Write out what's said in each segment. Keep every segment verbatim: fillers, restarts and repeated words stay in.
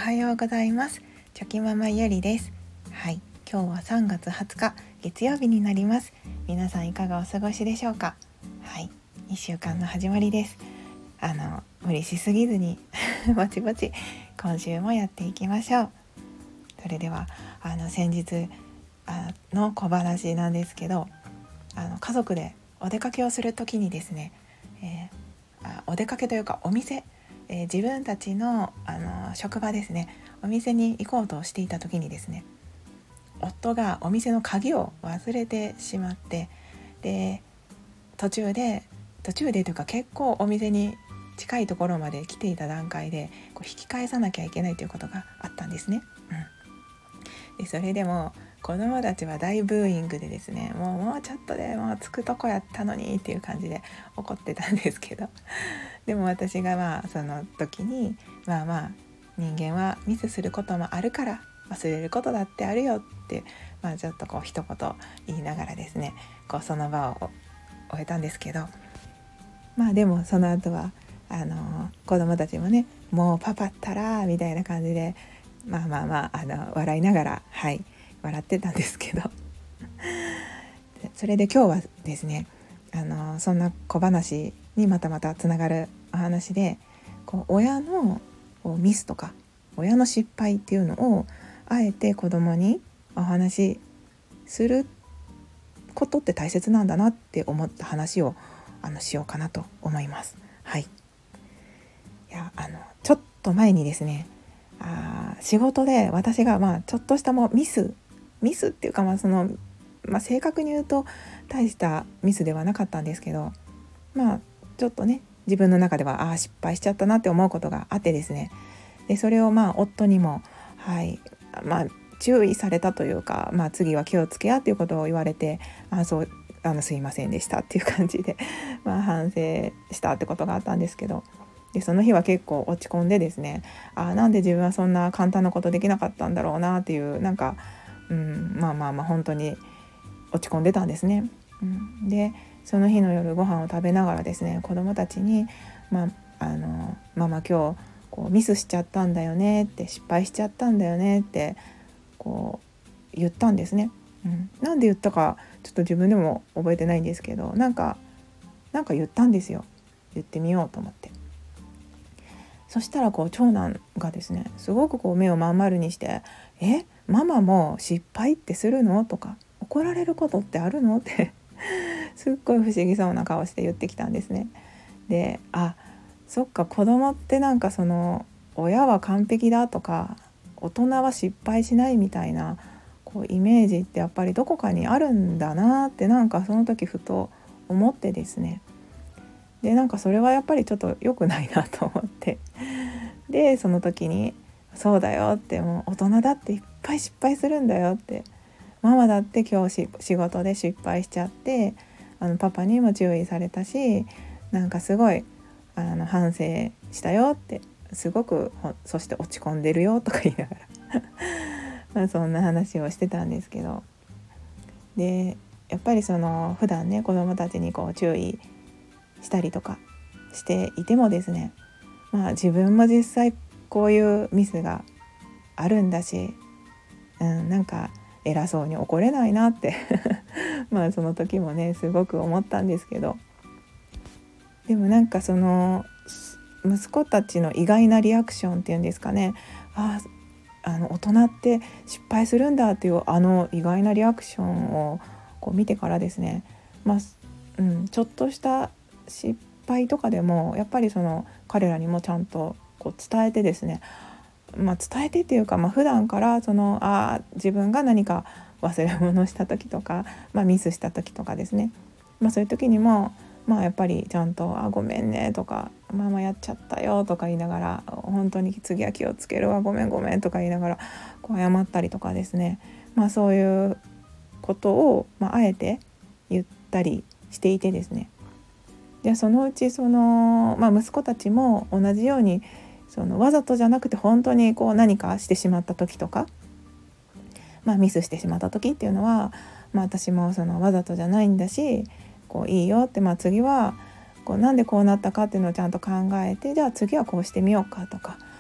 はようございます。チョキママゆりです。はい、今日はさんがつはつか月曜日になります。皆さんいかがお過ごしでしょうか。はい、いっしゅうかんの始まりです。あの無理しすぎずにぼちぼち今週もやっていきましょう。それではあの先日あの小話なんですけど、あの家族でお出かけをするときにですね、えー、あお出かけというかお店えー、自分たちの、あの職場ですね、お店に行こうとしていた時にですね、夫がお店の鍵を忘れてしまって、で途中で途中でというか結構お店に近いところまで来ていた段階でこう引き返さなきゃいけないということがあったんですね、うん、でそれでも子供たちは大ブーイングでですね、もうもうちょっとでもう着くとこやったのにっていう感じで怒ってたんですけど、でも私がまあその時にまあまあ人間はミスすることもあるから忘れることだってあるよって、まあ、ちょっとこう一言言いながらですね、こうその場を終えたんですけど、まあでもその後はあの子供たちもね、もうパパったらみたいな感じでまあまあまあ、あの笑いながらはい笑ってたんですけどそれで今日はですね、あのそんな小話にまたまたつながるお話で、こう親のこうミスとか親の失敗っていうのをあえて子供にお話しすることって大切なんだなって思った話をあのしようかなと思います。はい、いやあのちょっと前にですね、あ仕事で私がまあちょっとしたもミスミスっていうかまあその、まあ、正確に言うと大したミスではなかったんですけど、まあちょっとね自分の中ではああ失敗しちゃったなって思うことがあってですね、でそれをまあ夫にもはいまあ注意されたというか、まあ、次は気をつけやっていうことを言われて、あそうあのすいませんでしたっていう感じでまあ反省したってことがあったんですけど、でその日は結構落ち込んでですね、あなんで自分はそんな簡単なことできなかったんだろうなっていうなんか、うん、まあまあまあ本当に落ち込んでたんですね、うん、でその日の夜ご飯を食べながらですね、子供たちに、まあ、あのママ今日こうミスしちゃったんだよねって、失敗しちゃったんだよねってこう言ったんですね、うん、なんで言ったかちょっと自分でも覚えてないんですけど、なんかなんか言ったんですよ。言ってみようと思って。そしたらこう長男がですね、すごくこう目をまん丸にして「えママも失敗ってするの?」とか「怒られることってあるの?」ってすっごい不思議そうな顔して言ってきたんですね。で、あ、そっか、子供ってなんかその親は完璧だとか大人は失敗しないみたいなこうイメージってやっぱりどこかにあるんだなって、なんかその時ふと思ってですね、でなんかそれはやっぱりちょっと良くないなと思って、でその時にそうだよって、もう大人だっていっぱい失敗するんだよって、ママだって今日仕事で失敗しちゃってあのパパにも注意されたし、なんかすごいあの反省したよって、すごくそして落ち込んでるよとか言いながらまあそんな話をしてたんですけど、でやっぱりその普段ね子どもたちにこう注意したりとかしていてもですね、まあ自分も実際こういうミスがあるんだし、うん、なんか偉そうに怒れないなってまあその時もねすごく思ったんですけど、でもなんかその息子たちの意外なリアクションっていうんですかね、ああの大人って失敗するんだっていうあの意外なリアクションをこう見てからですね、まあうん、ちょっとした失敗とかでもやっぱりその彼らにもちゃんとこう伝えてですね、まあ、伝えてっていうか、まあ、普段からそのあ自分が何か忘れ物した時とか、まあ、ミスした時とかですね、まあ、そういう時にも、まあ、やっぱりちゃんとあごめんねとかママやっちゃったよとか言いながら、本当に次は気をつけるわごめんごめんとか言いながらこう謝ったりとかですね、まあ、そういうことを、まあ、あえて言ったりしていてですね、でそのうちその、まあ、息子たちも同じようにそのわざとじゃなくて本当にこう何かしてしまった時とか、まあ、ミスしてしまった時っていうのは、まあ、私もそのわざとじゃないんだしこういいよって、まあ、次はこうなんでこうなったかっていうのをちゃんと考えて、じゃあ次はこうしてみようかとか、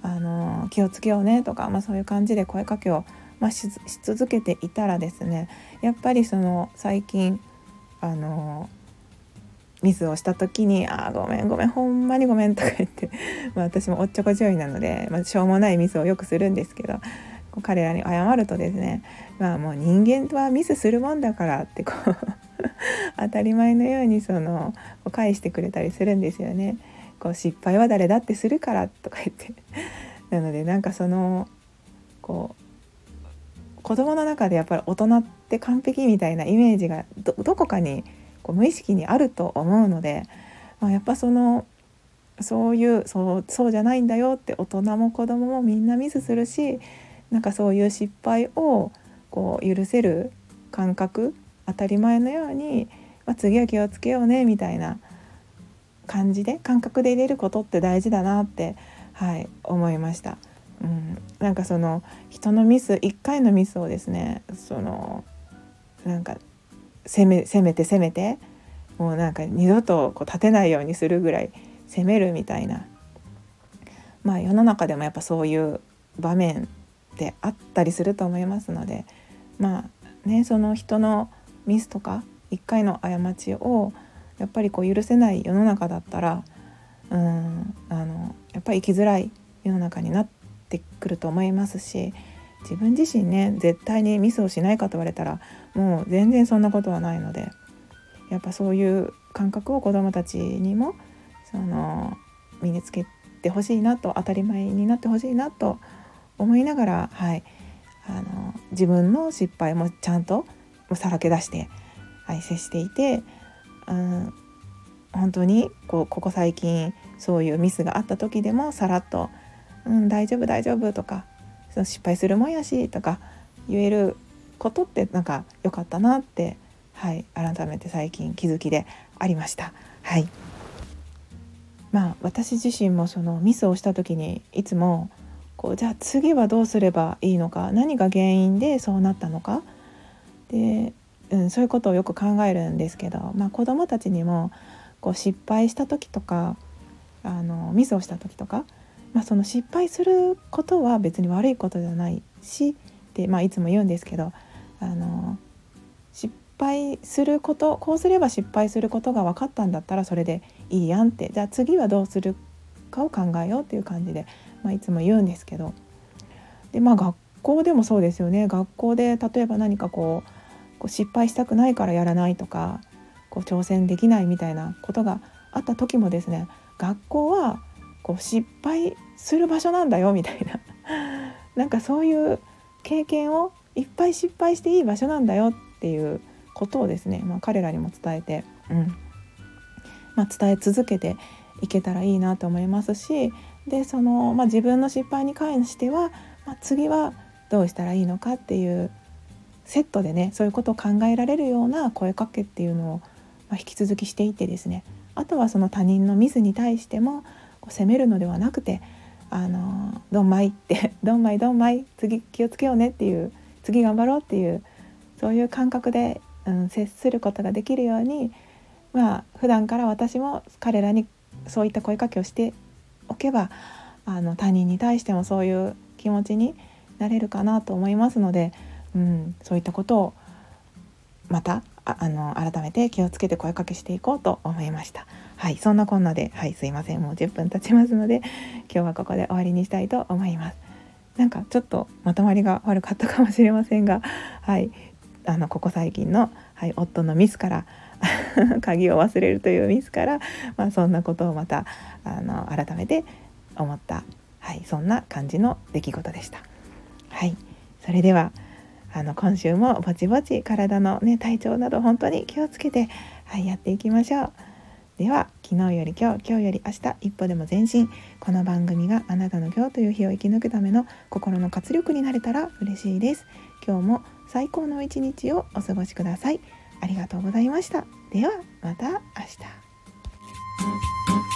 あの気をつけようねとか、まあ、そういう感じで声かけを、まあ、し, し続けていたらですね、やっぱりその最近あのミスをした時にあごめんごめんほんまにごめんとか言ってまあ私もおっちょこちょいなので、まあ、しょうもないミスをよくするんですけど、彼らに謝るとですね、まあもう人間はミスするもんだからってこう当たり前のようにその返してくれたりするんですよね。こう失敗は誰だってするからとか言ってなのでなんかそのこう子供の中でやっぱり大人って完璧みたいなイメージが ど, どこかにこう無意識にあると思うので、まあ、やっぱそのそういうそうそうじゃないんだよって、大人も子供もみんなミスするし、なんかそういう失敗をこう許せる感覚、当たり前のように、まあ、次は気をつけようねみたいな感じで感覚で入れることって大事だなって、はい、思いました。うん、なんかその人のミスいっかいのミスをですね、そのなんか責め責めて責めてもうなんか二度とこう立てないようにするぐらい責めるみたいな、まあ世の中でもやっぱそういう場面ってあったりすると思いますので、まあね、その人のミスとかいっかいの過ちをやっぱりこう許せない世の中だったら、うーんあのやっぱり生きづらい世の中になってくると思いますし、自分自身ね絶対にミスをしないかと言われたらもう全然そんなことはないので、やっぱそういう感覚を子どもたちにもその身につけてほしいなと、当たり前になってほしいなと思いながら、はい、あの自分の失敗もちゃんとさらけ出して、はい、接していて、うん、本当にこうここ最近そういうミスがあった時でもさらっと、うん、大丈夫大丈夫とか、その失敗するもんやしとか言えることってなんか良かったなって、はい、改めて最近気づきでありました。はい、まあ私自身もそのミスをした時にいつもこうじゃあ次はどうすればいいのか、何が原因でそうなったのかで、うん、そういうことをよく考えるんですけど、まあ、子どもたちにもこう失敗した時とかあのミスをした時とか、まあ、その失敗することは別に悪いことじゃないしで、まあ、いつも言うんですけど、あの失敗すること、こうすれば失敗することが分かったんだったらそれでいいやんって、じゃあ次はどうするかを考えようっていう感じで、まあ、いつも言うんですけど、で、まあ、学校でもそうですよね。学校で例えば何かこう、こう失敗したくないからやらないとか、こう挑戦できないみたいなことがあった時もですね、学校はこう失敗する場所なんだよみたいななんかそういう経験をいっぱい失敗していい場所なんだよっていうことをですね、まあ、彼らにも伝えて、うんまあ、伝え続けていけたらいいなと思いますし、でその、まあ、自分の失敗に関しては、まあ、次はどうしたらいいのかっていうセットでね、そういうことを考えられるような声かけっていうのを、まあ、引き続きしていてですね、あとはその他人のミスに対してもこう責めるのではなくて、あのドンマイってドンマイドンマイ次気をつけようねっていう、次頑張ろうっていう、そういう感覚で、うん、接することができるように、まあ普段から私も彼らにそういった声かけをしておけば、あの他人に対してもそういう気持ちになれるかなと思いますので、うん、そういったことをまたああの改めて気をつけて声かけしていこうと思いました。はい、そんなこんなで、はい、すいません、もうじゅっぷん経ちますので今日はここで終わりにしたいと思います。なんかちょっとまとまりが悪かったかもしれませんが、はい、あのここ最近の、はい、夫のミスから鍵を忘れるというミスから、まあ、そんなことをまたあの改めて思った、はい、そんな感じの出来事でした。はい、それではあの今週もぼちぼち体の、ね、体調など本当に気をつけて、はい、やっていきましょう。では昨日より今日、今日より明日、一歩でも前進。この番組があなたの今日という日を生き抜くための心の活力になれたら嬉しいです。今日も最高の一日をお過ごしください。ありがとうございました。ではまた明日。